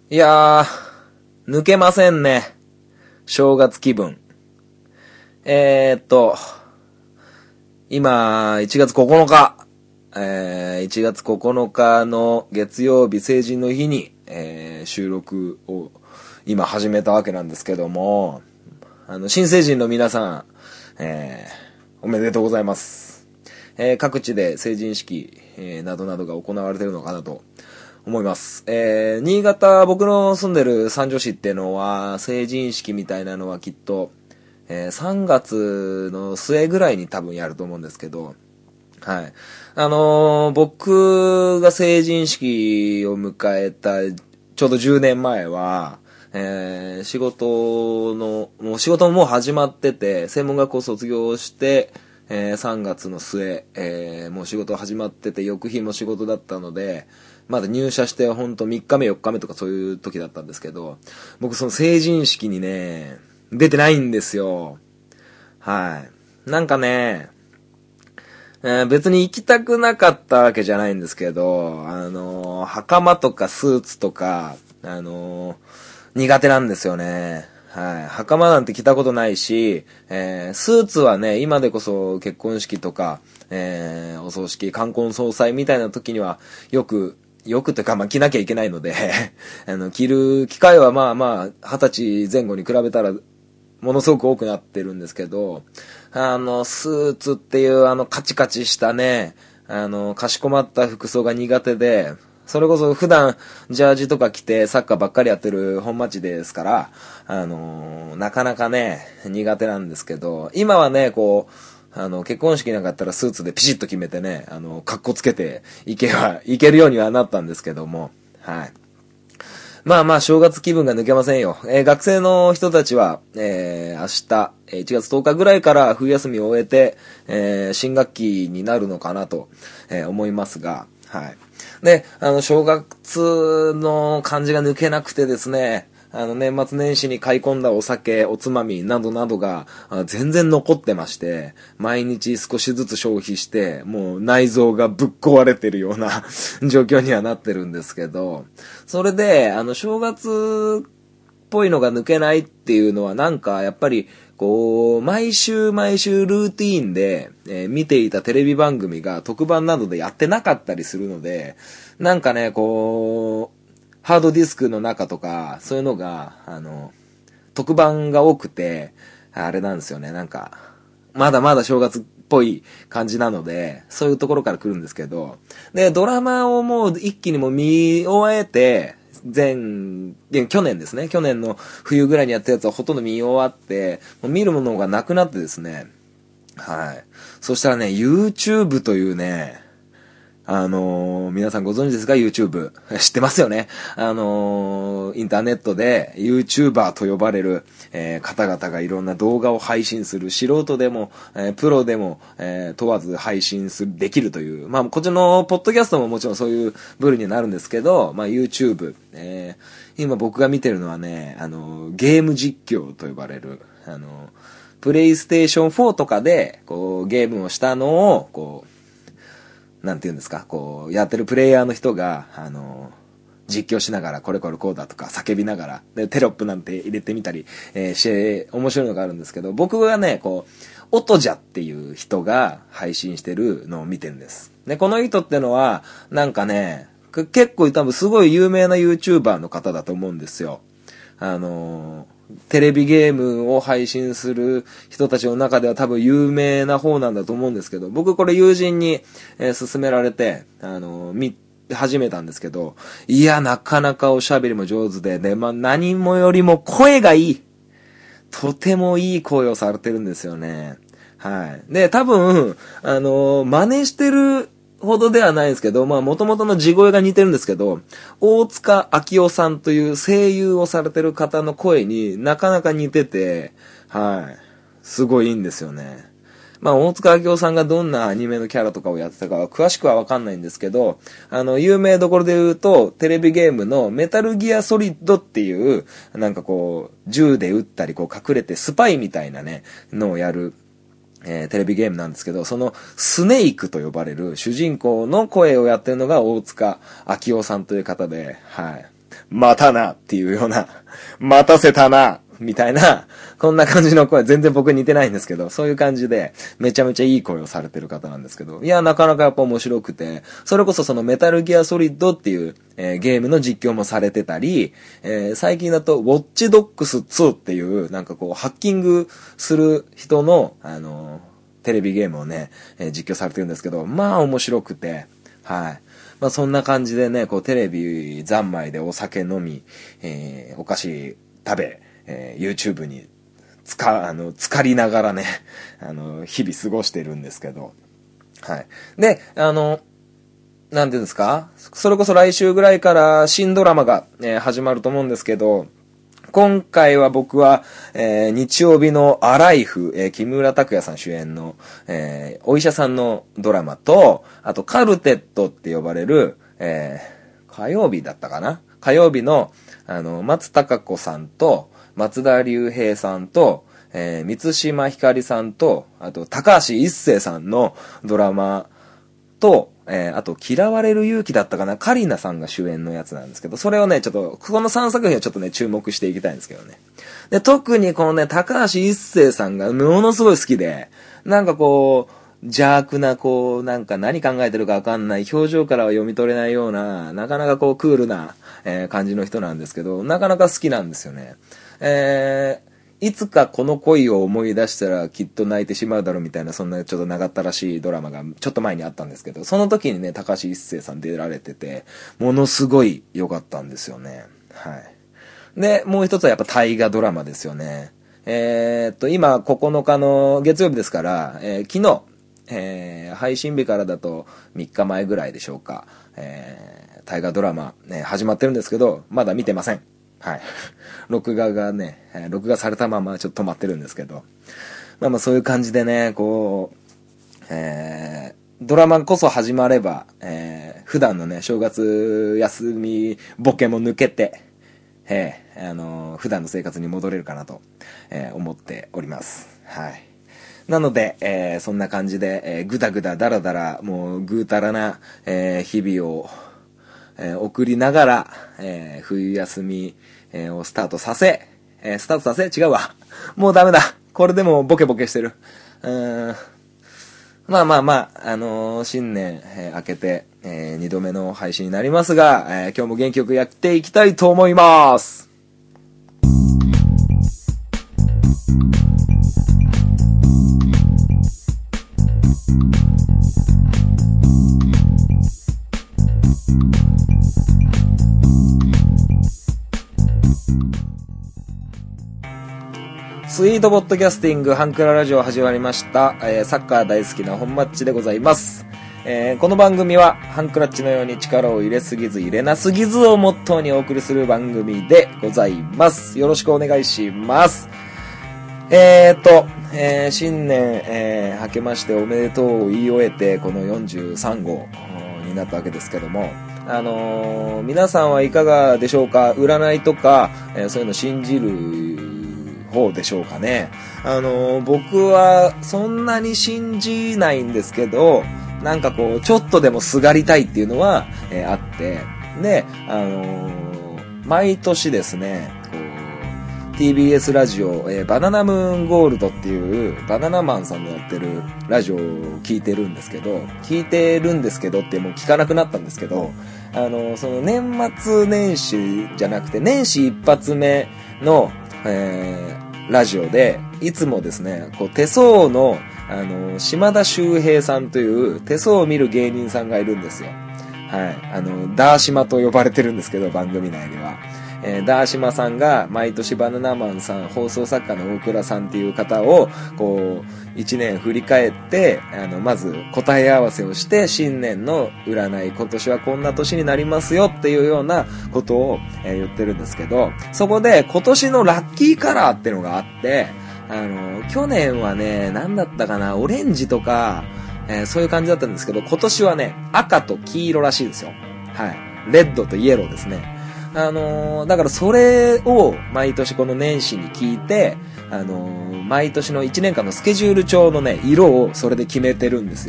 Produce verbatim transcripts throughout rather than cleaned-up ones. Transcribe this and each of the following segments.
いやー、抜けませんね。正月気分。えーっと、今、いちがつここのか。えー、いちがつここのかの月曜日成人の日に、えー、収録を今始めたわけなんですけども、あの、新成人の皆さん、えー、おめでとうございます。えー、各地で成人式、えー、などなどが行われているのかなと思います。えー、新潟、僕の住んでる三条市っていうのは、成人式みたいなのはきっと、えー、さんがつの末ぐらいに多分やると思うんですけど、はい。あのー、僕が成人式を迎えた、ちょうどじゅうねんまえは、えー、仕事の、もう仕事ももう始まってて、専門学校卒業して、えー、さんがつの末、えー、もう仕事始まってて、翌日も仕事だったので、まだ入社してほんとみっかめよっかめとかそういう時だったんですけど、僕その成人式にね、出てないんですよ。はい。なんかね、えー、別に行きたくなかったわけじゃないんですけど、あのー、袴とかスーツとか、あのー、苦手なんですよね。はい。袴なんて着たことないし、えー、スーツはね、今でこそ結婚式とか、えー、お葬式、冠婚葬祭みたいな時には、よく、よくというか、まあ、着なきゃいけないので、あの、着る機会はまあまあ、二十歳前後に比べたら、ものすごく多くなってるんですけど、あの、スーツっていうあのカチカチしたね、あの、かしこまった服装が苦手で、それこそ普段ジャージとか着てサッカーばっかりやってる本町ですから、あの、なかなかね、苦手なんですけど、今はね、こう、あの、結婚式なんかあったらスーツでピシッと決めてね、あの、格好つけていけば、いけるようにはなったんですけども、はい。まあまあ、正月気分が抜けませんよ。えー、学生の人たちは、えー、明日、いちがつとおかぐらいから冬休みを終えて、えー、新学期になるのかなと、えー、思いますが、はい。で、あの、正月の感じが抜けなくてですね、あの、年末年始に買い込んだお酒、おつまみなどなどが全然残ってまして、毎日少しずつ消費して、もう内臓がぶっ壊れてるような状況にはなってるんですけど、それで、あの、正月っぽいのが抜けないっていうのはなんか、やっぱり、こう、毎週毎週ルーティーンで、えー、見ていたテレビ番組が特番などでやってなかったりするので、なんかね、こう、ハードディスクの中とか、そういうのが、あの、特番が多くて、あれなんですよね、なんか、まだまだ正月っぽい感じなので、そういうところから来るんですけど、で、ドラマをもう一気にも見終えて、前、去年ですね、去年の冬ぐらいにやったやつはほとんど見終わって、もう見るものがなくなってですね、はい。そしたらね、YouTube というね、あのー、皆さんご存知ですか ?YouTube。知ってますよね。あのー、インターネットで YouTuber と呼ばれる、えー、方々がいろんな動画を配信する。素人でも、えー、プロでも、えー、問わず配信する、できるという。まあ、こっちのポッドキャストももちろんそういう部類になるんですけど、まあ、YouTube。えー、今僕が見てるのはね、あのー、ゲーム実況と呼ばれる、あのー、プレイステーションフォーとかで、こう、ゲームをしたのを、こう、なんて言うんですか、こう、やってるプレイヤーの人が、あの、実況しながら、これこれこうだとか叫びながら、で、テロップなんて入れてみたり、えー、して、面白いのがあるんですけど、僕はね、こう、オトジャっていう人が配信してるのを見てるんです。で、この人ってのは、なんかね、結構多分すごい有名な YouTuber の方だと思うんですよ。あのー、テレビゲームを配信する人たちの中では多分有名な方なんだと思うんですけど、僕これ友人に、えー、勧められて、あのー、見始めたんですけど、いや、なかなかおしゃべりも上手で、ね、まあ、何もよりも声がいい。とてもいい声をされてるんですよね。はい。で、多分、あのー、真似してるほどではないですけど、まあ、元々の地声が似てるんですけど、大塚明夫さんという声優をされてる方の声になかなか似てて、はい。すごいいいんですよね。まあ、大塚明夫さんがどんなアニメのキャラとかをやってたかは詳しくはわかんないんですけど、あの、有名どころで言うと、テレビゲームのメタルギアソリッドっていう、なんかこう、銃で撃ったり、こう隠れてスパイみたいなね、のをやる、えー、テレビゲームなんですけど、そのスネークと呼ばれる主人公の声をやってるのが大塚明夫さんという方で、はい。 またなっていうような、待たせたなみたいな、こんな感じの声、全然僕似てないんですけど、そういう感じで、めちゃめちゃいい声をされてる方なんですけど、いや、なかなかやっぱ面白くて、それこそそのメタルギアソリッドっていう、えー、ゲームの実況もされてたり、えー、最近だと、ウォッチドックスツーっていう、なんかこう、ハッキングする人の、あのー、テレビゲームをね、えー、実況されてるんですけど、まあ面白くて、はい。まあそんな感じでね、こうテレビ三昧でお酒飲み、えー、お菓子食べ、えー、YouTube につか、あの、浸かりながらね、あの、日々過ごしてるんですけど、はい。で、あの、なんていうんですか？それこそ来週ぐらいから新ドラマが、えー、始まると思うんですけど、今回は僕は、えー、日曜日のアライフ、えー、木村拓哉さん主演の、えー、お医者さんのドラマと、あとカルテットって呼ばれる、えー、火曜日だったかな？火曜日の、あの、松たか子さんと、松田龍平さんと、えー、満島ひかりさんと、あと高橋一生さんのドラマと、えー、あと、嫌われる勇気だったかな、カリナさんが主演のやつなんですけど、それをね、ちょっと、このさんさく品をちょっとね、注目していきたいんですけどね。で、特にこのね、高橋一生さんがものすごい好きで、なんかこう、邪悪な、こう、なんか何考えてるかわかんない、表情からは読み取れないような、なかなかこう、クールな、えー、感じの人なんですけど、なかなか好きなんですよね。えー、いつかこの恋を思い出したらきっと泣いてしまうだろうみたいな、そんなちょっと長ったらしいドラマがちょっと前にあったんですけど、その時にね、高橋一生さん出られてて、ものすごい良かったんですよね。はい。で、もう一つはやっぱ大河ドラマですよね。えー、っと、今ここのかの月曜日ですから、えー、昨日、えー、配信日からだとみっかまえぐらいでしょうか。えー、大河ドラマ、ね、始まってるんですけど、まだ見てません。はい。録画がね、録画されたままちょっと止まってるんですけど。まあまあそういう感じでね、こう、えー、ドラマこそ始まれば、えー、普段のね、正月休みボケも抜けて、えー、あのー、普段の生活に戻れるかなと、えー、思っております。はい。なので、えー、そんな感じで、えー、ぐだぐだだらだら、もうぐうたらな、えー、日々を、えー、送りながら、えー、冬休み、えー、をスタートさせ、えー、スタートさせ違うわ。もうダメだ。これでもボケボケしてる。うーん。まあまあまあ、あのー、新年、えー、明けて、えー、にどめの配信になりますが、えー、今日も元気よくやっていきたいと思います。スイートポッドキャスティングハンクララジオ始まりました、えー、サッカー大好きな本マッチでございます、えー、この番組はハンクラッチのように力を入れすぎず入れなすぎずをモットーにお送りする番組でございます。よろしくお願いします。えーと、えー、新年、えー、明けましておめでとうを言い終えてこのよんじゅうさんごうになったわけですけども、あのー、皆さんはいかがでしょうか。占いとか、えー、そういうの信じる方でしょうかね。あのー、僕はそんなに信じないんですけど、なんかこうちょっとでもすがりたいっていうのは、えー、あって、で、あのー、毎年ですね、こう ティービーエス ラジオ、えー、バナナムーンゴールドっていうバナナマンさんのやってるラジオを聞いてるんですけど、聞いてるんですけどってもう聞かなくなったんですけど、あのー、その年末年始じゃなくて年始一発目の、えーラジオでいつもですね、こう手相のあの島田秀平さんという手相を見る芸人さんがいるんですよ。はい、あのダーシマと呼ばれてるんですけど、番組内では、えー、ダーシマさんが毎年バナナマンさん、放送作家の大倉さんっていう方をこう一年振り返って、あのまず答え合わせをして新年の占い、今年はこんな年になりますよっていうようなことを、えー、言ってるんですけど、そこで今年のラッキーカラーっていうのがあって、あの去年はね、何だったかな、オレンジとか、えー、そういう感じだったんですけど、今年はね、赤と黄色らしいですよ。はい、レッドとイエローですね。あのー、だからそれを毎年この年始に聞いて、あのー、毎年のいちねんかんのスケジュール帳のね、色をそれで決めてるんですよ。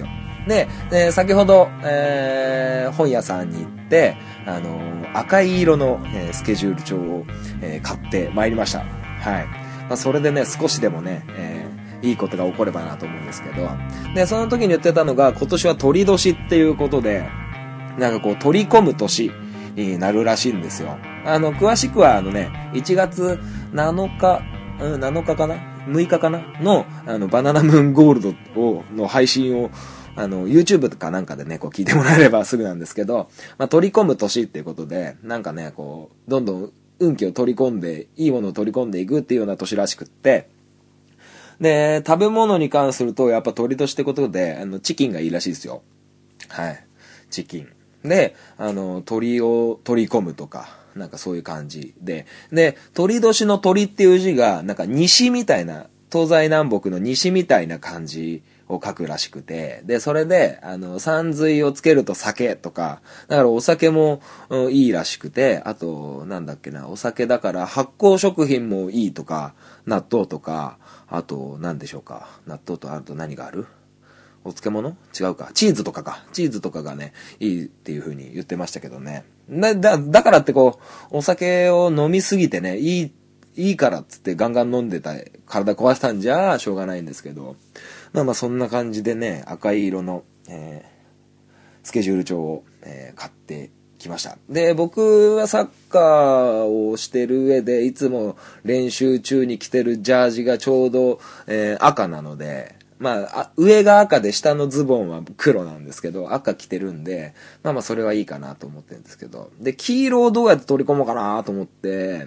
で、で先ほど、えー、本屋さんに行って、あのー、赤い色の、えー、スケジュール帳を、えー、買ってまいりました。はい。まあ、それでね、少しでもね、えー、いいことが起こればなと思うんですけど、で、その時に言ってたのが、今年は鳥年っていうことで、なんかこう、取り込む年になるらしいんですよ。あの、詳しくはあのね、いちがつなのか、うん、なのかかなむいかかなの、あの、バナナムーンゴールドを、の配信を、あの、YouTube かなんかでね、こう聞いてもらえればすぐなんですけど、まあ、取り込む年っていうことで、なんかね、こう、どんどん運気を取り込んで、いいものを取り込んでいくっていうような年らしくって、で、食べ物に関すると、やっぱ鳥年ってことで、あの、チキンがいいらしいですよ。はい。チキン。で、あの、鳥を取り込むとか、なんかそういう感じで。で、鳥年の鳥っていう字が、なんか西みたいな、東西南北の西みたいな感じを書くらしくて、で、それで、あの、山水をつけると酒とか、だからお酒も、うん、いいらしくて、あと、なんだっけな、お酒だから発酵食品もいいとか、納豆とか、あと、なんでしょうか。納豆とあと何がある？お漬物？違うか。チーズとかか。チーズとかがね、いいっていう風に言ってましたけどね。だ、だ、だからってこう、お酒を飲みすぎてね、いい、いいからっつってガンガン飲んでた、体壊したんじゃしょうがないんですけど。まあまあそんな感じでね、赤い色の、えー、スケジュール帳を、えー、買ってきました。で、僕はサッカーをしてる上で、いつも練習中に着てるジャージがちょうど、えー、赤なので、まあ、上が赤で下のズボンは黒なんですけど、赤着てるんで、まあまあそれはいいかなと思ってるんですけど。で、黄色をどうやって取り込もうかなと思って、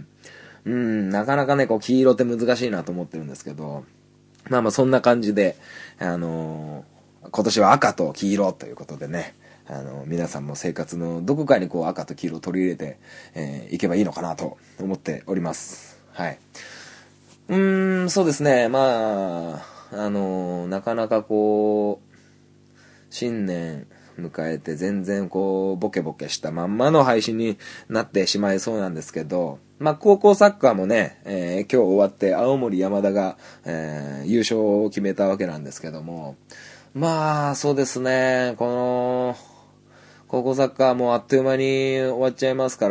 うん、なかなかね、こう黄色って難しいなと思ってるんですけど、まあまあそんな感じで、あのー、今年は赤と黄色ということでね、あのー、皆さんも生活のどこかにこう赤と黄色を取り入れて、えー、いけばいいのかなと思っております。はい。うーん、そうですね、まあ、あのー、なかなかこう、新年迎えて全然こう、ボケボケしたまんまの配信になってしまいそうなんですけど、まあ、高校サッカーもね、えー、今日終わって青森山田が、えー、優勝を決めたわけなんですけども、まあ、そうですね、この、高校サッカーもあっという間に終わっちゃいますから、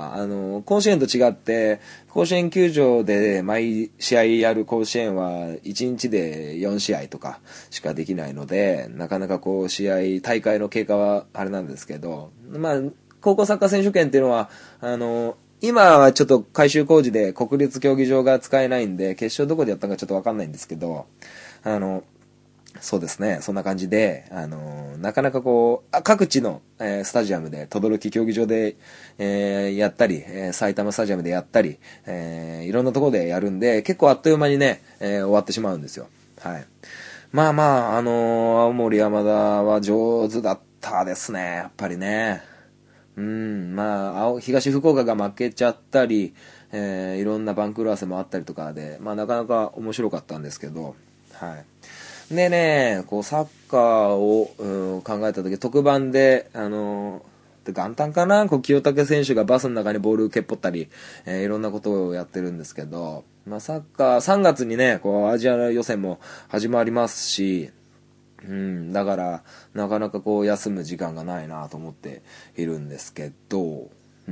あの、甲子園と違って、甲子園球場で毎試合やる甲子園はいちにちでよんしあいとかしかできないので、なかなかこう試合、大会の経過はあれなんですけど、まあ、高校サッカー選手権っていうのは、あの、今はちょっと改修工事で国立競技場が使えないんで、決勝どこでやったのかちょっとわかんないんですけど、あの、そうですね。そんな感じで、あのー、なかなかこう、各地の、えー、スタジアムで、轟競技場で、えー、やったり、えー、埼玉スタジアムでやったり、えー、いろんなところでやるんで、結構あっという間にね、えー、終わってしまうんですよ。はい。まあまあ、あのー、青森山田は上手だったですね。やっぱりね。うん、まあ、青、東福岡が負けちゃったり、えー、いろんな番狂わせもあったりとかで、まあなかなか面白かったんですけど、はい。でね、こうサッカーを、うん、考えた時特番で、あのー、元旦かな、こう清武選手がバスの中にボール蹴っぽったり、えー、いろんなことをやってるんですけど、まあ、サッカーさんがつにね、こうアジア予選も始まりますし、うん、だからなかなかこう休む時間がないなと思っているんですけど、うん、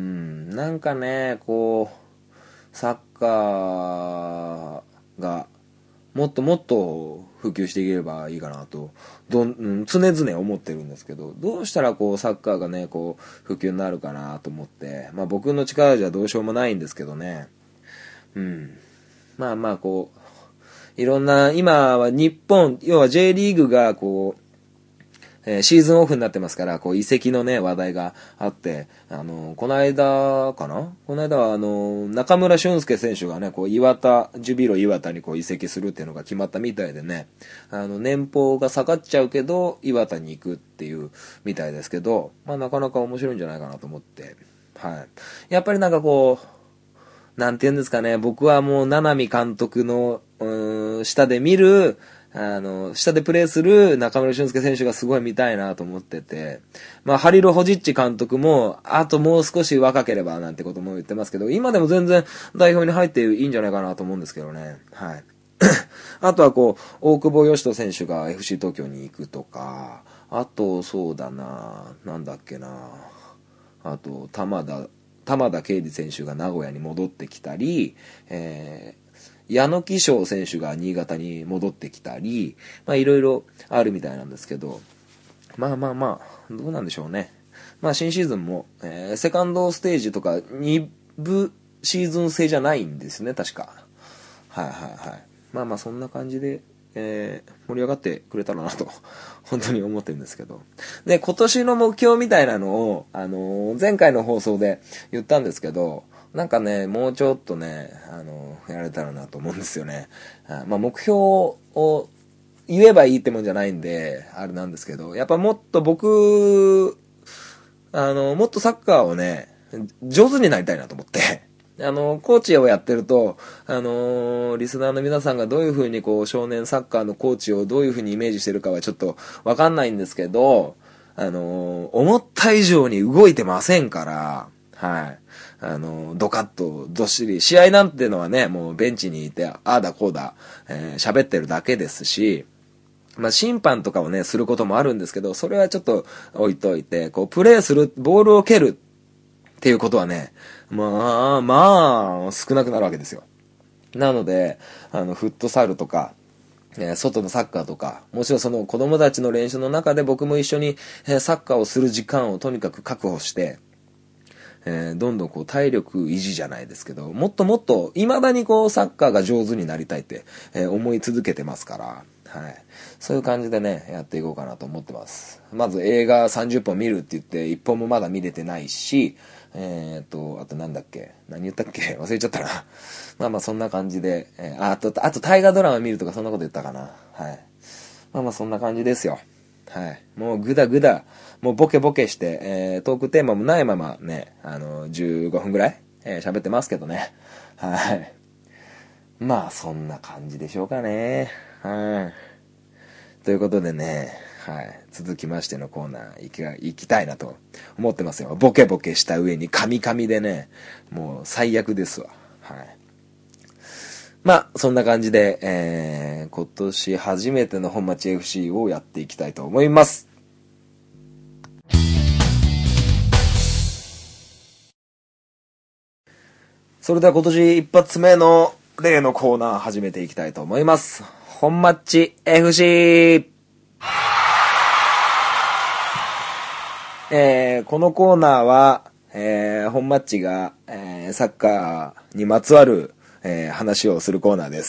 なんかね、こうサッカーがもっともっと普及していければいいかなとどん、うん、常々思ってるんですけど、どうしたらこうサッカーがねこう普及になるかなと思って、まあ僕の力じゃどうしようもないんですけどね、うん、まあまあこういろんな、今は日本、要は J リーグがこうえー、シーズンオフになってますから、こう、移籍のね、話題があって、あのー、この間かなこの間は、あのー、中村俊輔選手がね、こう、岩田、ジュビロ岩田にこう、移籍するっていうのが決まったみたいでね、あの、年俸が下がっちゃうけど、岩田に行くっていうみたいですけど、まあ、なかなか面白いんじゃないかなと思って、はい。やっぱりなんかこう、なんて言うんですかね、僕はもう、七海監督の、うーん、下で見る、あの、下でプレーする中村俊輔選手がすごい見たいなと思ってて、まあ、ハリル・ホジッチ監督も、あともう少し若ければなんてことも言ってますけど、今でも全然代表に入っていいんじゃないかなと思うんですけどね。はい。あとはこう、大久保嘉人選手が エフシー 東京に行くとか、 あと、そうだな、なんだっけな。あと、玉田、玉田圭司選手が名古屋に戻ってきたり、えー、矢野貴章選手が新潟に戻ってきたり、まあいろいろあるみたいなんですけど、まあまあまあ、どうなんでしょうね。まあ新シーズンも、えー、セカンドステージとかに部シーズン制じゃないんですね、確か。はいはいはい。まあまあそんな感じで、えー、盛り上がってくれたらなと本当に思ってるんですけど、で今年の目標みたいなのを、あのー、前回の放送で言ったんですけど、なんかねもうちょっとね、あのー、やれたらなと思うんですよね。あまあ目標を言えばいいってもんじゃないんであれなんですけど、やっぱもっと僕あのもっとサッカーをね上手になりたいなと思って、あの、コーチをやってると、あのー、リスナーの皆さんがどういう風にこう、少年サッカーのコーチをどういう風にイメージしてるかはちょっとわかんないんですけど、あのー、思った以上に動いてませんから、はい。あのー、ドカッと、どっしり、試合なんてのはね、もうベンチにいて、ああだこうだ、えー、喋ってるだけですし、まあ、審判とかをね、することもあるんですけど、それはちょっと置いといて、こう、プレーする、ボールを蹴るっていうことはね、まあ、まあ、少なくなるわけですよ。なので、あの、フットサルとか、えー、外のサッカーとか、もちろんその子供たちの練習の中で僕も一緒に、えー、サッカーをする時間をとにかく確保して、えー、どんどんこう体力維持じゃないですけど、もっともっと未だにこうサッカーが上手になりたいって、えー、思い続けてますから、はい。そういう感じでね、やっていこうかなと思ってます。まず映画さんじゅっぽん見るって言っていっぽんもまだ見れてないし、えー、っと、あとなんだっけ何言ったっけ忘れちゃったな。まあまあそんな感じで、えー、あ、あと、あと大河ドラマ見るとかそんなこと言ったかな。はい。まあまあそんな感じですよ。はい。もうぐだぐだ、もうボケボケして、えー、トークテーマもないままね、あの、じゅうごふんぐらい、えー、喋ってますけどね。はい。まあそんな感じでしょうかね。はい。ということでね、はい。続きましてのコーナー行き行きたいなと思ってますよ。ボケボケした上にカミカミでね、もう最悪ですわ。はい。まあ、そんな感じで、えー、今年初めての本町 エフシー をやっていきたいと思います。それでは今年一発目の例のコーナー始めていきたいと思います。本マッチ エフシー。えー、このコーナーは、えー、本マッチが、えー、サッカーにまつわる、えー、話をするコーナーです。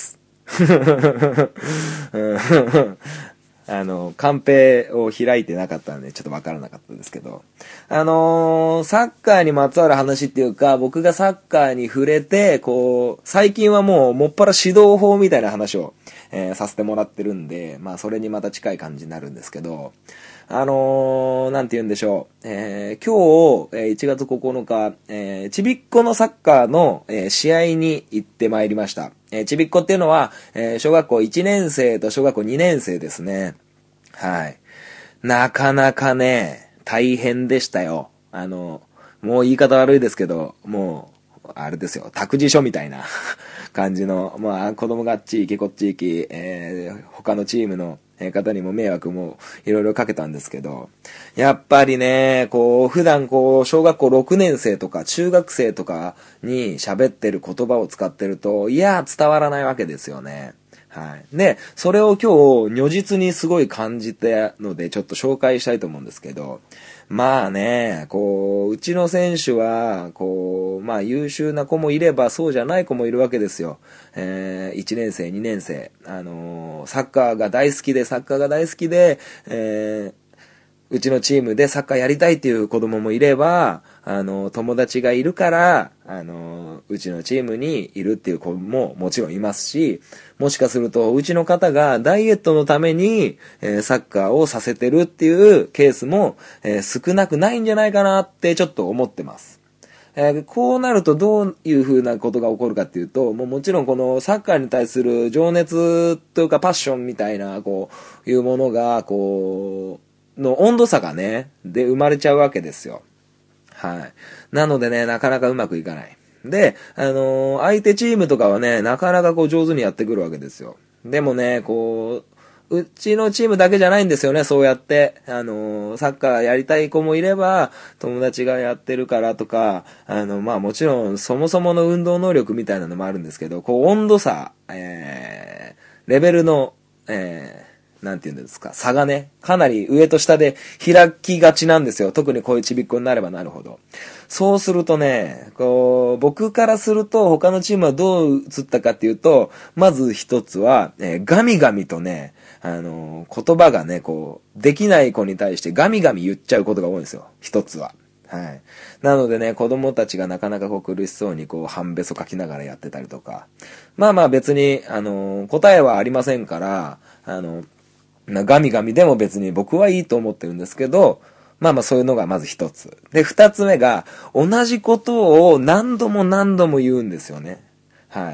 あの、カンペを開いてなかったんで、ちょっとわからなかったですけど。あのー、サッカーにまつわる話っていうか、僕がサッカーに触れて、こう、最近はもう、もっぱら指導法みたいな話を、えー、させてもらってるんで、まあ、それにまた近い感じになるんですけど、あのー、なんて言うんでしょう。えー、今日、いちがつここのか、えー、ちびっこのサッカーの、えー、試合に行ってまいりました。えー、ちびっこっていうのは、えー、小学校いちねん生と小学校にねん生ですね。はい。なかなかね、大変でしたよ。あの、もう言い方悪いですけど、もう、あれですよ、託児所みたいな感じの、まあ、子供があっち行きこっち行き、えー、他のチームの方にも迷惑もいろいろかけたんですけど、やっぱりね、こう、普段こう、小学校ろくねん生とか中学生とかに喋ってる言葉を使ってると、いや、伝わらないわけですよね。はい。で、それを今日、如実にすごい感じたので、ちょっと紹介したいと思うんですけど、まあね、こう、うちの選手は、こう、まあ優秀な子もいれば、そうじゃない子もいるわけですよ。えー、いちねん生、にねん生。あのー、サッカーが大好きで、サッカーが大好きで、えー、うちのチームでサッカーやりたいっていう子供もいれば、あの、友達がいるから、あの、うちのチームにいるっていう子ももちろんいますし、もしかすると、うちの方がダイエットのために、えー、サッカーをさせてるっていうケースも、えー、少なくないんじゃないかなってちょっと思ってます。えー、こうなるとどういう風なことが起こるかっていうと、もうもちろんこのサッカーに対する情熱というかパッションみたいな、こう、いうものが、こう、の温度差がね、で生まれちゃうわけですよ。はい。なのでね、なかなかうまくいかない。で、あのー、相手チームとかはね、なかなかこう上手にやってくるわけですよ。でもね、こう、 うちのチームだけじゃないんですよね、そうやって。あの、サッカーやりたい子もいれば、友達がやってるからとか、あの、まあもちろん、そもそもの運動能力みたいなのもあるんですけど、こう、温度差、えー、レベルの、えー、なんていうんですか、差がね、かなり上と下で開きがちなんですよ。特にこういうちびっこになればなるほど。そうするとね、こう、僕からすると他のチームはどう映ったかっていうと、まず一つは、えー、ガミガミとね、あのー、言葉がね、こう、できない子に対してガミガミ言っちゃうことが多いんですよ。一つは。はい。なのでね、子供たちがなかなかこう苦しそうにこう半べそ書きながらやってたりとか。まあまあ別に、あのー、答えはありませんから、あのー、ガミガミでも別に僕はいいと思ってるんですけど、まあまあそういうのがまず一つ。で、二つ目が、同じことを何度も何度も言うんですよね。はい。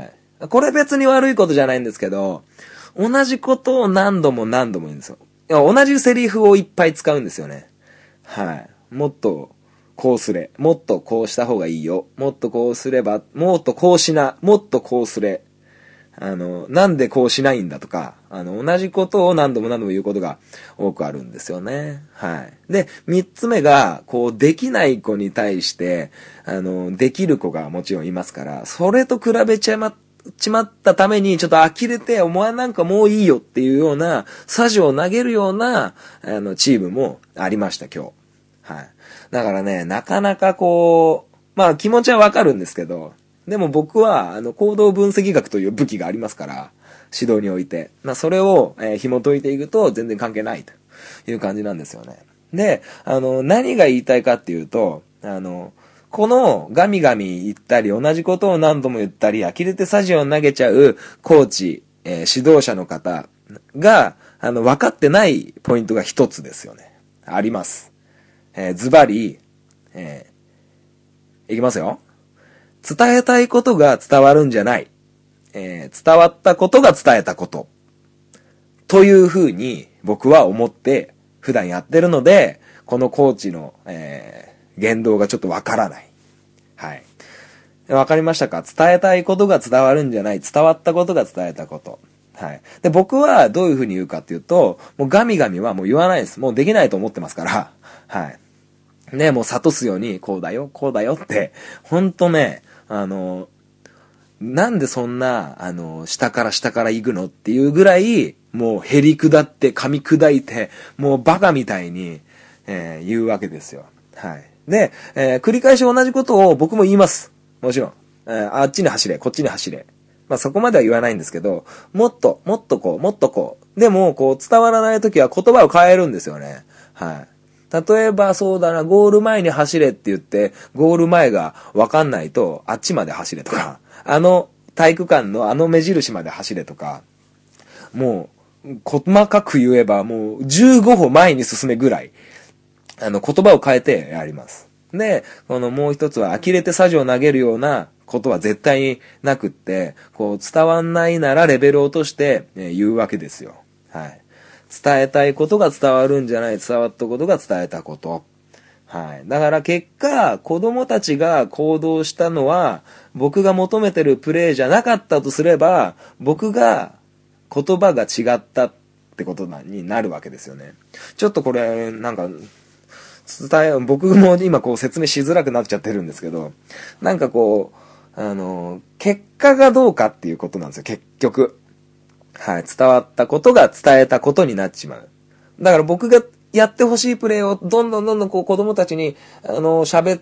これ別に悪いことじゃないんですけど、同じことを何度も何度も言うんですよ。いや、同じセリフをいっぱい使うんですよね。はい。もっと、こうすれ。もっとこうした方がいいよ。もっとこうすれば、もっとこうしな。もっとこうすれ。あの、なんでこうしないんだとか、あの、同じことを何度も何度も言うことが多くあるんですよね。はい。で、三つ目が、こう、できない子に対して、あの、できる子がもちろんいますから、それと比べちゃま、ちまったために、ちょっと呆れて、お前なんかもういいよっていうような、サジを投げるような、あの、チームもありました、今日。はい。だからね、なかなかこう、まあ気持ちはわかるんですけど、でも僕は、あの、行動分析学という武器がありますから、指導において。まあ、それを、えー、紐解いていくと全然関係ないという感じなんですよね。で、あの、何が言いたいかっていうと、あの、このガミガミ言ったり、同じことを何度も言ったり、呆れてサジを投げちゃうコーチ、えー、指導者の方が、あの、分かってないポイントが一つですよね。あります。えー、ズバリ、えー、いきますよ。伝えたいことが伝わるんじゃない。えー、伝わったことが伝えたこと。というふうに僕は思って普段やってるので、このコーチの、えー、言動がちょっとわからない。はい。わかりましたか？伝えたいことが伝わるんじゃない。伝わったことが伝えたこと。はい。で、僕はどういうふうに言うかっていうと、もうガミガミはもう言わないです。もうできないと思ってますから。はい。ね、もう諭すように、こうだよ、こうだよって、ほんとね、あの、なんでそんな、あの、下から下から行くのっていうぐらい、もうへり下って噛み砕いて、もうバカみたいに、えー、言うわけですよ。はい。で、えー、繰り返し同じことを僕も言います。もちろん。えー、あっちに走れ、こっちに走れ。まあ、そこまでは言わないんですけど、もっと、もっとこう、もっとこう。でも、こう、伝わらないときは言葉を変えるんですよね。はい。例えばそうだな、ゴール前に走れって言って、ゴール前がわかんないと、あっちまで走れとか、あの体育館のあの目印まで走れとか、もう、細かく言えばもうじゅうご歩前に進めぐらい、あの言葉を変えてやります。で、このもう一つは呆れてサジを投げるようなことは絶対になくって、こう伝わんないならレベルを落として言うわけですよ。はい。伝えたいことが伝わるんじゃない、伝わったことが伝えたこと。はい。だから結果、子供たちが行動したのは、僕が求めてるプレーじゃなかったとすれば、僕が言葉が違ったってことになるわけですよね。ちょっとこれ、なんか、伝え、僕も今こう説明しづらくなっちゃってるんですけど、なんかこう、あの、結果がどうかっていうことなんですよ、結局。はい。伝わったことが伝えたことになっちまう。だから僕がやってほしいプレーをどんどんどんどんこう子供たちに、あの、喋って、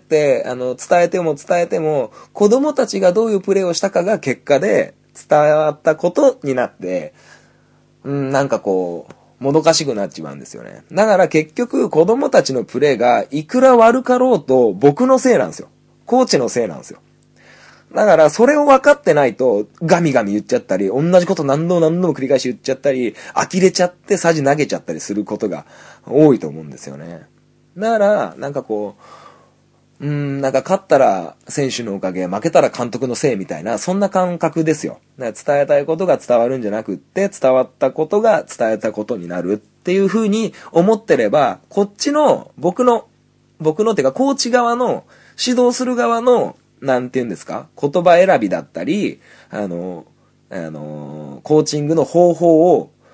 あの、伝えても伝えても、子供たちがどういうプレーをしたかが結果で伝わったことになって、うん、なんかこう、もどかしくなっちまうんですよね。だから結局子供たちのプレーがいくら悪かろうと僕のせいなんですよ。コーチのせいなんですよ。だから、それを分かってないと、ガミガミ言っちゃったり、同じこと何度も何度も繰り返し言っちゃったり、呆れちゃってサジ投げちゃったりすることが多いと思うんですよね。だから、なんかこう、うーん、なんか勝ったら選手のおかげ、負けたら監督のせいみたいな、そんな感覚ですよ。だから伝えたいことが伝わるんじゃなくって、伝わったことが伝えたことになるっていう風に思ってれば、こっちの、僕の、僕のてか、コーチ側の、指導する側の、なんて言うんですか、言葉選びだったり、あの、あの、コーチングの方法を、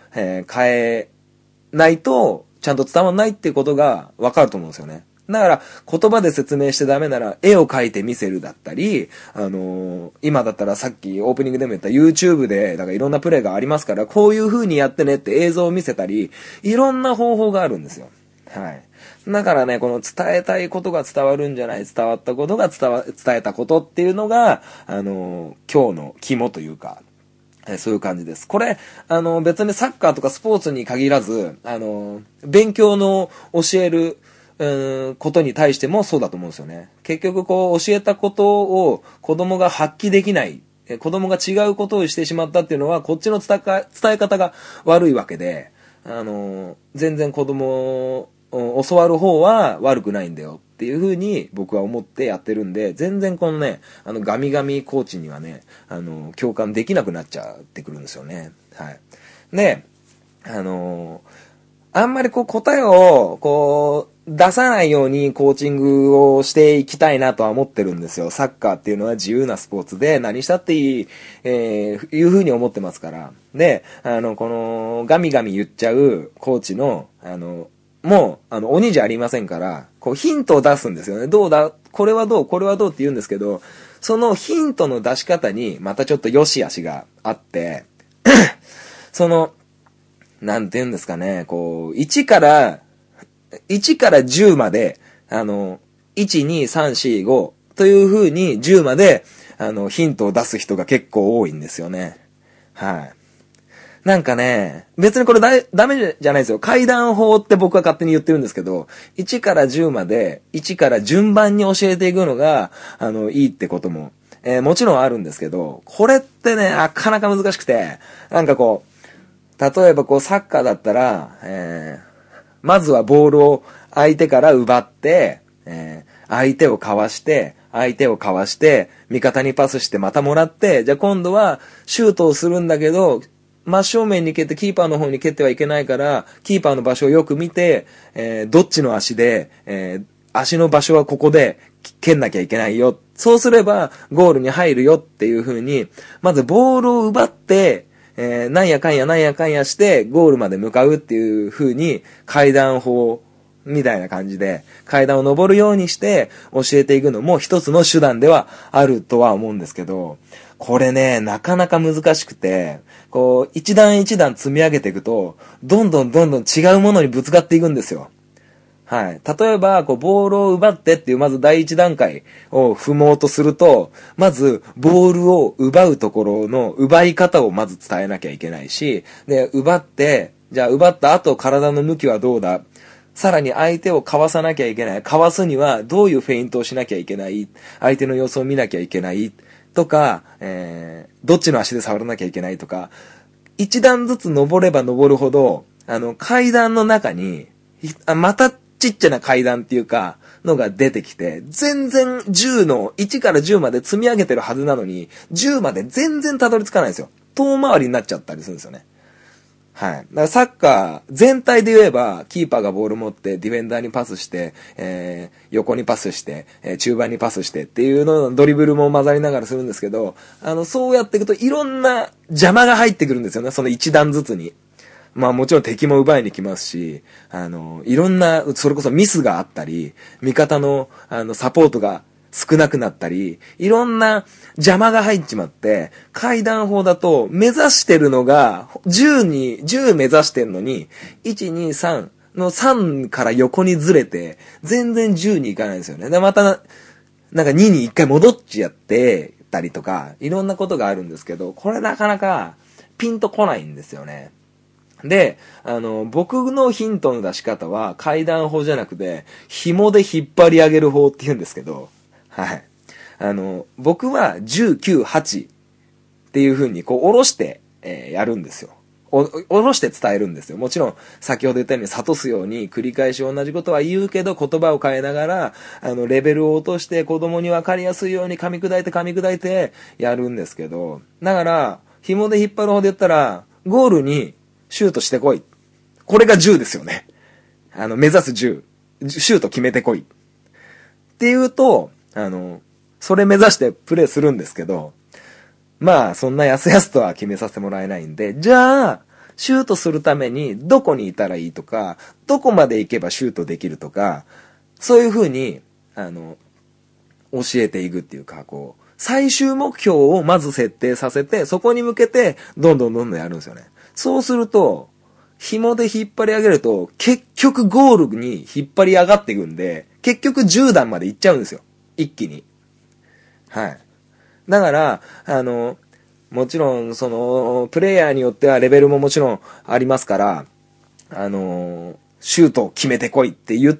えー、変えないと、ちゃんと伝わんないっていうことがわかると思うんですよね。だから、言葉で説明してダメなら、絵を描いて見せるだったり、あのー、今だったらさっきオープニングでも言った YouTube で、だからいろんなプレイがありますから、こういう風にやってねって映像を見せたり、いろんな方法があるんですよ。はい。だからね、この伝えたいことが伝わるんじゃない、伝わったことが伝わ、伝えたことっていうのが、あのー、今日の肝というか、そういう感じです。これ、あの、別にサッカーとかスポーツに限らず、あの、勉強の教える、うん、ことに対してもそうだと思うんですよね。結局こう、教えたことを子供が発揮できない、子供が違うことをしてしまったっていうのは、こっちの伝え、伝え方が悪いわけで、あの、全然子供を教わる方は悪くないんだよっていう風に僕は思ってやってるんで、全然このね、あのガミガミコーチにはね、あの共感できなくなっちゃってくるんですよね。はい。で、あのあんまりこう答えをこう出さないようにコーチングをしていきたいなとは思ってるんですよ。サッカーっていうのは自由なスポーツで何したっていい、えー、いう風に思ってますから。で、あのこのガミガミ言っちゃうコーチのあのもう、あの、鬼じゃありませんから、こう、ヒントを出すんですよね。どうだ、これはどう、これはどうって言うんですけど、そのヒントの出し方に、またちょっと良し悪しがあって、その、なんて言うんですかね、こう、いちから、いちからじゅうまで、あの、いち、に、さん、よん、ごという風にじゅうまで、あの、ヒントを出す人が結構多いんですよね。はい。なんかね、別にこれだダメじゃないですよ。階段法って僕は勝手に言ってるんですけど、いちからじゅうまで、いちから順番に教えていくのが、あの、いいってことも、えー、もちろんあるんですけど、これってね、なかなか難しくて、なんかこう、例えばこうサッカーだったら、えー、まずはボールを相手から奪って、えー、相手をかわして、相手をかわして、味方にパスしてまたもらって、じゃあ今度はシュートをするんだけど、真正面に蹴ってキーパーの方に蹴ってはいけないから、キーパーの場所をよく見て、えー、どっちの足で、えー、足の場所はここで蹴んなきゃいけないよ。そうすればゴールに入るよっていう風に、まずボールを奪って、えー、なんやかんやなんやかんやしてゴールまで向かうっていう風に階段法みたいな感じで階段を登るようにして教えていくのも一つの手段ではあるとは思うんですけど、これね、なかなか難しくて、こう、一段一段積み上げていくと、どんどんどんどん違うものにぶつかっていくんですよ。はい。例えば、こう、ボールを奪ってっていう、まず第一段階を踏もうとすると、まず、ボールを奪うところの奪い方をまず伝えなきゃいけないし、で、奪って、じゃあ奪った後体の向きはどうだ？さらに相手をかわさなきゃいけない。かわすにはどういうフェイントをしなきゃいけない。相手の様子を見なきゃいけない。とか、えー、どっちの足で触らなきゃいけないとか、一段ずつ登れば登るほど、あの、階段の中に、あまたちっちゃな階段っていうか、のが出てきて、全然じゅうの、いちからじゅうまで積み上げてるはずなのに、じゅうまで全然たどり着かないんですよ。遠回りになっちゃったりするんですよね。はい。だからサッカー全体で言えば、キーパーがボール持ってディフェンダーにパスして、えー、横にパスして、えー、中盤にパスしてっていうのドリブルも混ざりながらするんですけど、あの、そうやっていくといろんな邪魔が入ってくるんですよね。その一段ずつに。まあもちろん敵も奪いに来ますし、あの、いろんな、それこそミスがあったり、味方の、あの、サポートが少なくなったり、いろんな邪魔が入っちまって、階段法だと目指してるのが、じゅうに、じゅう目指してるのに、いち、に、さんのさんから横にずれて、全然じゅうに行かないんですよね。で、また、なんかにに一回戻っちゃってたりとか、いろんなことがあるんですけど、これなかなかピンとこないんですよね。で、あの、僕のヒントの出し方は階段法じゃなくて、紐で引っ張り上げる法って言うんですけど、はい。あの、僕はじゅう、きゅう、はちっていう風にこう下ろして、えー、やるんですよ。お、下ろして伝えるんですよ。もちろん、先ほど言ったように諭すように繰り返し同じことは言うけど、言葉を変えながら、あの、レベルを落として子供に分かりやすいように噛み砕いて噛み砕いてやるんですけど、だから、紐で引っ張る方で言ったら、ゴールにシュートしてこい。これがじゅうですよね。あの、目指すじゅう。シュート決めてこい。っていうと、あの、それ目指してプレイするんですけど、まあ、そんなやすやすとは決めさせてもらえないんで、じゃあ、 シュートするためにどこにいたらいいとか、どこまで行けばシュートできるとか、そういう風に、あの、教えていくっていうか、こう、最終目標をまず設定させて、そこに向けて、どんどんどんどんやるんですよね。そうすると、紐で引っ張り上げると、結局ゴールに引っ張り上がっていくんで、結局じゅう段まで行っちゃうんですよ。一気に。はい。だから、あの、もちろん、その、プレイヤーによってはレベルももちろんありますから、あの、シュートを決めてこいって言って、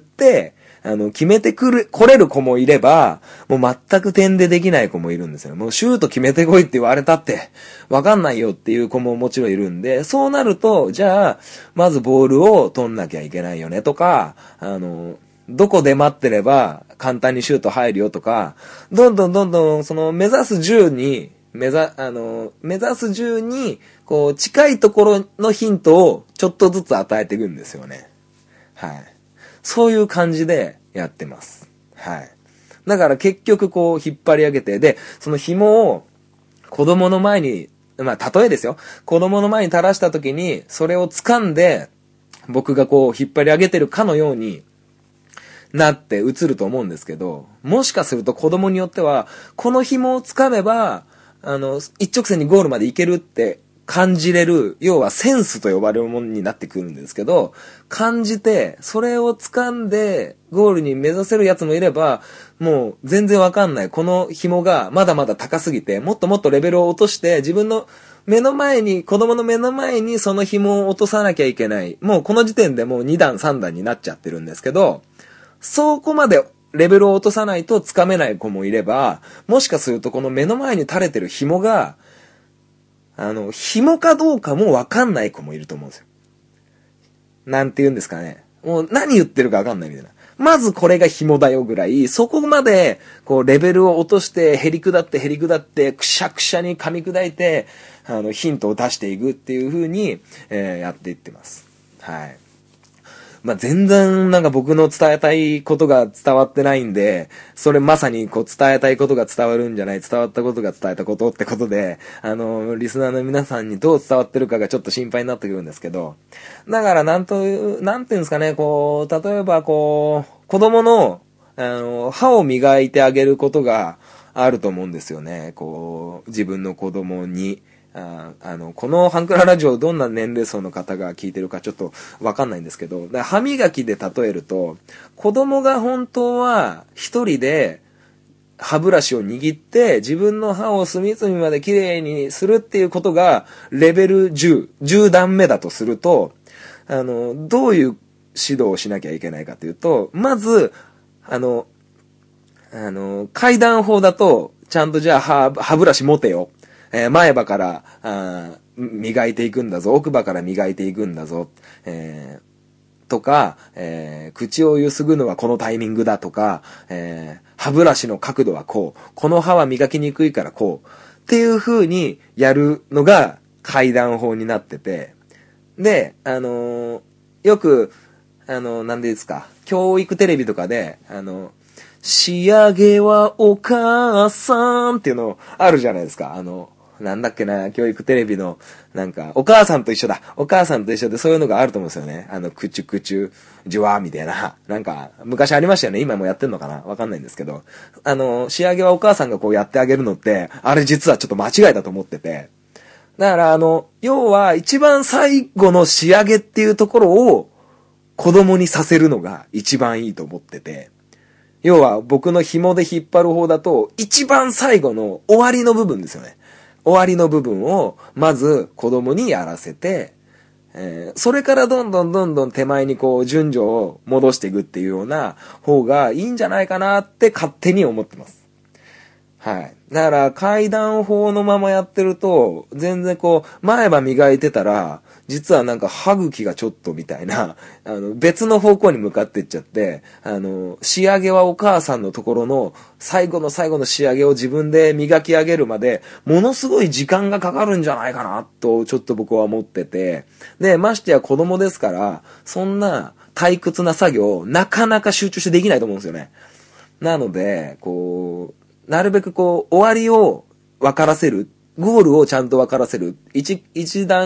あの、決めてくる、来れる子もいれば、もう全く点でできない子もいるんですよ。もうシュート決めてこいって言われたって、わかんないよっていう子ももちろんいるんで、そうなると、じゃあ、まずボールを取んなきゃいけないよねとか、あの、どこで待ってれば簡単にシュート入るよとか、どんどんどんどんその目指すじゅうに、目指、あの、目指すじゅうに、こう、近いところのヒントをちょっとずつ与えていくんですよね。はい。そういう感じでやってます。はい。だから結局こう引っ張り上げて、で、その紐を子供の前に、まあ例えですよ。子供の前に垂らした時に、それを掴んで、僕がこう引っ張り上げてるかのようになって映ると思うんですけど、もしかすると子供によっては、この紐を掴めば、あの、一直線にゴールまで行けるって感じれる、要はセンスと呼ばれるものになってくるんですけど、感じて、それを掴んで、ゴールに目指せるやつもいれば、もう全然わかんない。この紐がまだまだ高すぎて、もっともっとレベルを落として、自分の目の前に、子供の目の前にその紐を落とさなきゃいけない。もうこの時点でもうに段さん段になっちゃってるんですけど、そこまでレベルを落とさないと掴めない子もいれば、もしかするとこの目の前に垂れてる紐が、あの、紐かどうかもわかんない子もいると思うんですよ。なんて言うんですかね。もう何言ってるかわかんないみたいな。まずこれが紐だよぐらい、そこまで、こう、レベルを落として、へりくだってへりくだって、くしゃくしゃに噛み砕いて、あの、ヒントを出していくっていう風に、えー、やっていってます。はい。まあ、全然なんか僕の伝えたいことが伝わってないんで、それまさにこう伝えたいことが伝わるんじゃない、伝わったことが伝えたことってことで、あの、リスナーの皆さんにどう伝わってるかがちょっと心配になってくるんですけど、だからなんと、なんていうんですかね、こう、例えばこう、子供の、あの、歯を磨いてあげることがあると思うんですよね、こう、自分の子供に。あ, あの、このハンクララジオどんな年齢層の方が聞いてるかちょっとわかんないんですけど、だから歯磨きで例えると、子供が本当は一人で歯ブラシを握って自分の歯を隅々まで綺麗にするっていうことがレベルじゅう、じゅう段目だとすると、あの、どういう指導をしなきゃいけないかというと、まず、あの、あの、階段法だと、ちゃんとじゃあ歯、歯ブラシ持てよ。えー、前歯からあ磨いていくんだぞ、奥歯から磨いていくんだぞ、えー、とか、えー、口をゆすぐのはこのタイミングだとか、えー、歯ブラシの角度はこう、この歯は磨きにくいからこう、っていう風にやるのが階段法になってて、で、あのー、よく、あのー、なんでですか、教育テレビとかで、あのー、仕上げはお母さんっていうのあるじゃないですか、あの、なんだっけな、教育テレビの、なんか、お母さんと一緒だ。お母さんと一緒でそういうのがあると思うんですよね。あの、クチュクチュ、ジュワーみたいな。なんか、昔ありましたよね。今もやってんのかなわかんないんですけど。あの、仕上げはお母さんがこうやってあげるのって、あれ実はちょっと間違いだと思ってて。だからあの、要は一番最後の仕上げっていうところを子供にさせるのが一番いいと思ってて。要は僕の紐で引っ張る方だと、一番最後の終わりの部分ですよね。終わりの部分を、まず子供にやらせて、えー、それからどんどんどんどん手前にこう、順序を戻していくっていうような方がいいんじゃないかなって勝手に思ってます。はい。だから階段法のままやってると、全然こう、前歯磨いてたら、実はなんか歯茎がちょっとみたいな、あの、別の方向に向かっていっちゃって、あの、仕上げはお母さんのところの、最後の最後の仕上げを自分で磨き上げるまで、ものすごい時間がかかるんじゃないかな、と、ちょっと僕は思ってて、で、ましてや子供ですから、そんな退屈な作業、なかなか集中してできないと思うんですよね。なので、こう、なるべくこう、終わりを分からせる、ゴールをちゃんと分からせる、一、一段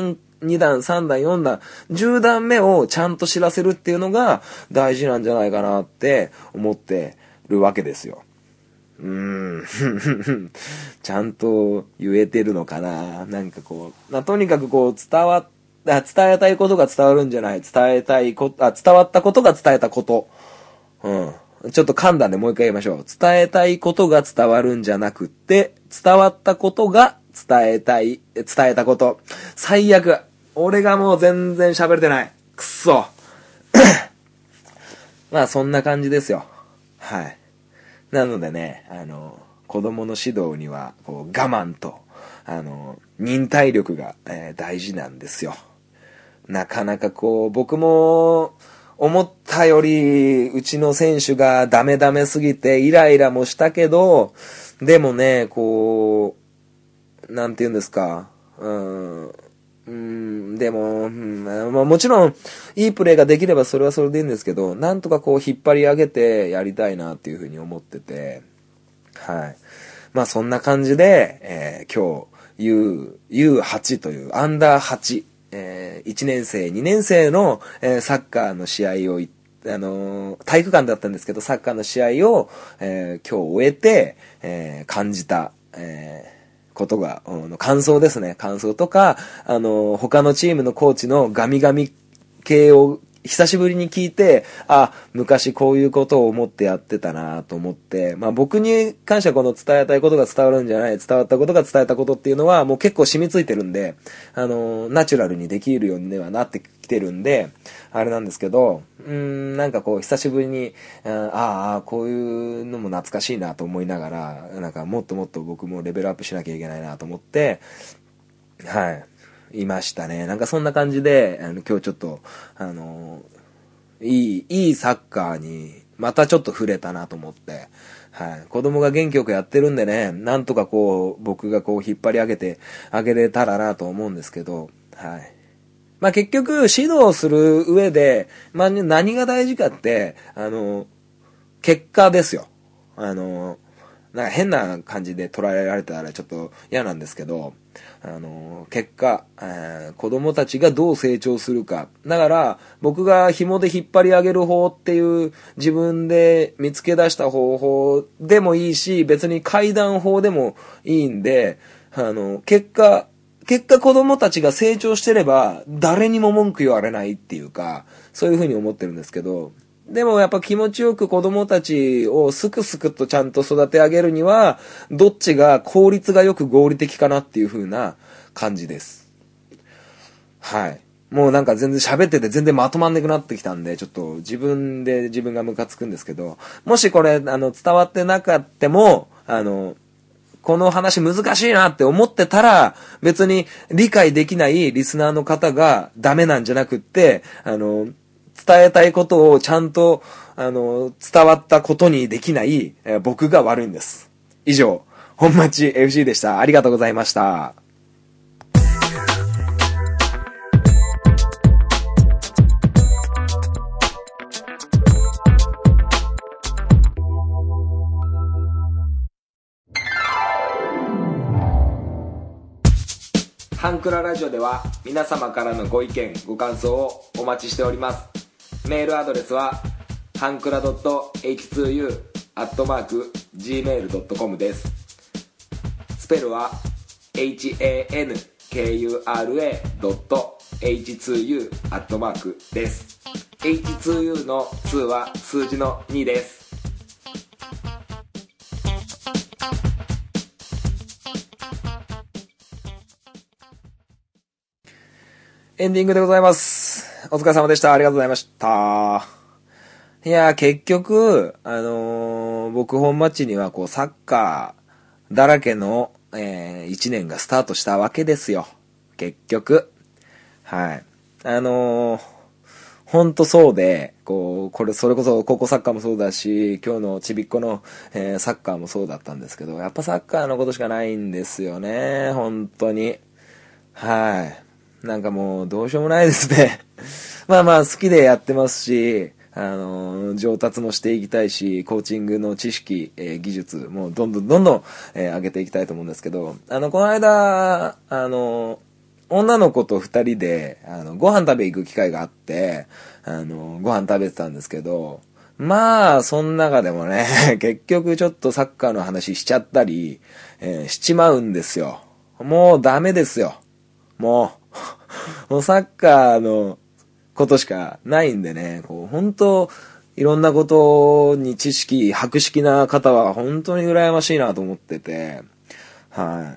に段、さん段、よん段、じゅう段目をちゃんと知らせるっていうのが大事なんじゃないかなって思ってるわけですよ。うーん。ちゃんと言えてるのかな。なんかこう、まとにかくこう伝わっ、伝えたいことが伝わるんじゃない。伝えたいこと、あ、伝わったことが伝えたこと。うん。ちょっと噛んだんでもう一回言いましょう。伝えたいことが伝わるんじゃなくって、伝わったことが伝えたい、伝えたこと。最悪。俺がもう全然喋れてない。くっそ。まあそんな感じですよ。はい。なのでね、あの、子供の指導には、こう、我慢と、あの、忍耐力が、えー、大事なんですよ。なかなかこう、僕も、思ったより、うちの選手がダメダメすぎて、イライラもしたけど、でもね、こう、なんて言うんですか、うーん、うん、でも、うん、まあ、もちろん、いいプレーができればそれはそれでいいんですけど、なんとかこう引っ張り上げてやりたいなっていうふうに思ってて、はい。まあそんな感じで、えー、今日、ユー、ユーはち というアンダーはち、えー、いちねん生、にねん生の、えー、サッカーの試合を、あのー、体育館だったんですけど、サッカーの試合を、えー、今日終えて、えー、感じた、えーことが、うん、感想ですね。感想とか、あの、他のチームのコーチのガミガミ系を久しぶりに聞いて、あ、昔こういうことを思ってやってたなと思って、まあ僕に関してはこの伝えたいことが伝わるんじゃない、伝わったことが伝えたことっていうのはもう結構染みついてるんで、あの、ナチュラルにできるようにはなってきてるんで、あれなんですけど、うーん、なんかこう久しぶりに、ああ、こういうのも懐かしいなと思いながら、なんかもっともっと僕もレベルアップしなきゃいけないなと思って、はい。いましたね。なんかそんな感じで、あの、今日ちょっと、あのー、いい、いいサッカーに、またちょっと触れたなと思って、はい。子供が元気よくやってるんでね、なんとかこう、僕がこう、引っ張り上げてあげれたらなと思うんですけど、はい。まあ結局、指導する上で、まあ何が大事かって、あの、結果ですよ。あの、なんか変な感じで捉えられたらちょっと嫌なんですけど、あの、結果、えー、子供たちがどう成長するか。だから、僕が紐で引っ張り上げる方っていう自分で見つけ出した方法でもいいし、別に階段法でもいいんで、あの、結果、結果子供たちが成長してれば、誰にも文句言われないっていうか、そういうふうに思ってるんですけど、でもやっぱ気持ちよく子供たちをすくすくとちゃんと育て上げるには、どっちが効率がよく合理的かなっていう風な感じです。はい。もうなんか全然喋ってて全然まとまんなくなってきたんで、ちょっと自分で自分がムカつくんですけど、もしこれ、あの、伝わってなかっても、あの、この話難しいなって思ってたら、別に理解できないリスナーの方がダメなんじゃなくって、あの、伝えたいことをちゃんと、あの、伝わったことにできない、えー、僕が悪いんです。以上、本町 エフシー でした。ありがとうございました。ハンクララジオでは皆様からのご意見ご感想をお待ちしております。メールアドレスはハンクラ ドットエイチツーユー アットマーク ジーメール ドットコム です。スペルは ハンクラ ドットエイチツーユー アットマーク です。エイチツーユー のには数字のにです。エンディングでございます。お疲れ様でした。ありがとうございました。いやー、結局、あのー、僕本町にはこうサッカーだらけの、えー、一年がスタートしたわけですよ。結局。はい。あのー、ほんとそうで、こう、これ、それこそ高校サッカーもそうだし、今日のちびっこの、えー、サッカーもそうだったんですけど、やっぱサッカーのことしかないんですよね。本当に。はい。なんかもうどうしようもないですね。まあまあ好きでやってますし、あのー、上達もしていきたいし、コーチングの知識、えー、技術もどんどんどんどん、えー、上げていきたいと思うんですけど、あの、この間、あのー、 女の子と二人で、あの、ご飯食べ行く機会があって、あの、ご飯食べてたんですけど、まあ、その中でもね、結局ちょっとサッカーの話しちゃったり、えー、しちまうんですよ。もうダメですよ。もう、もうサッカーのことしかないんでね、こう、本当いろんなことに知識、博識な方は本当に羨ましいなと思ってて、はい。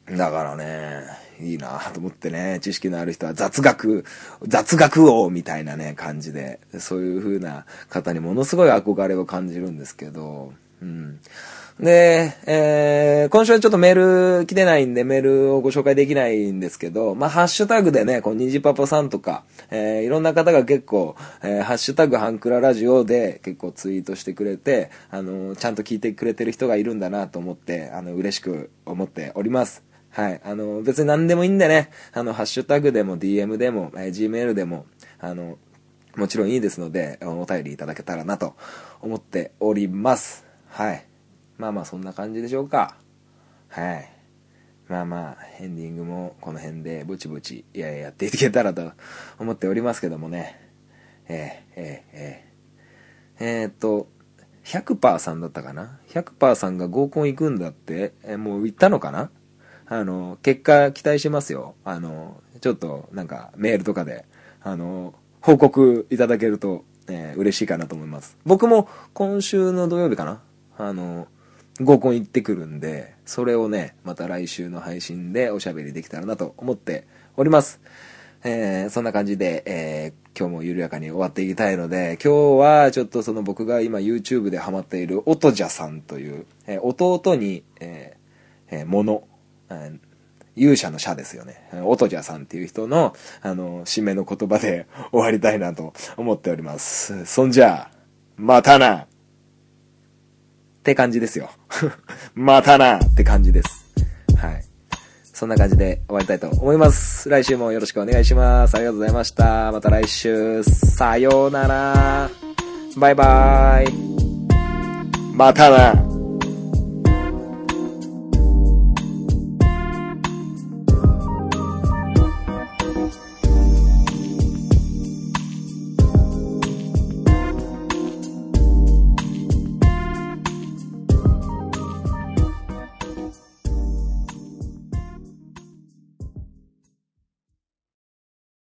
だからね、いいなと思ってね、知識のある人は雑学、雑学王みたいなね、感じで、そういう風な方にものすごい憧れを感じるんですけど、うん。で、えー、今週はちょっとメール来てないんでメールをご紹介できないんですけど、まあ、ハッシュタグでね、こう、にじパパさんとか、えー、いろんな方が結構、えー、ハッシュタグハンクララジオで結構ツイートしてくれて、あのー、ちゃんと聞いてくれてる人がいるんだなと思って、あの、嬉しく思っております。はい。あの、別に何でもいいんでね、あの、ハッシュタグでも ディーエム でも、えー、Gmail でも、あの、もちろんいいですので、お便りいただけたらなと思っております。はい。まあまあそんな感じでしょうか。はい。まあまあ、エンディングもこの辺でぼちぼち、いやいややっていけたらと思っておりますけどもね。えー、えー、えー、えー、っと、ひゃくパーセント さんだったかな ?ひゃくパーセント さんが合コン行くんだって、えー、もう行ったのかなあの、結果期待しますよ。あの、ちょっとなんかメールとかで、あの、報告いただけると、えー、嬉しいかなと思います。僕も今週の土曜日かなあの、合コン行ってくるんで、それをね、また来週の配信でおしゃべりできたらなと思っております。えー、そんな感じで、えー、今日も緩やかに終わっていきたいので、今日はちょっとその僕が今 YouTube でハマっている音じゃさんという、えー、弟に、えーえー、もの、えー、勇者の者ですよね。音じゃさんっていう人の、あの、締めの言葉で終わりたいなと思っております。そんじゃあ、またなって感じですよ。またなって感じです。はい。そんな感じで終わりたいと思います。来週もよろしくお願いします。ありがとうございました。また来週、さようなら。バイバーイ。またな。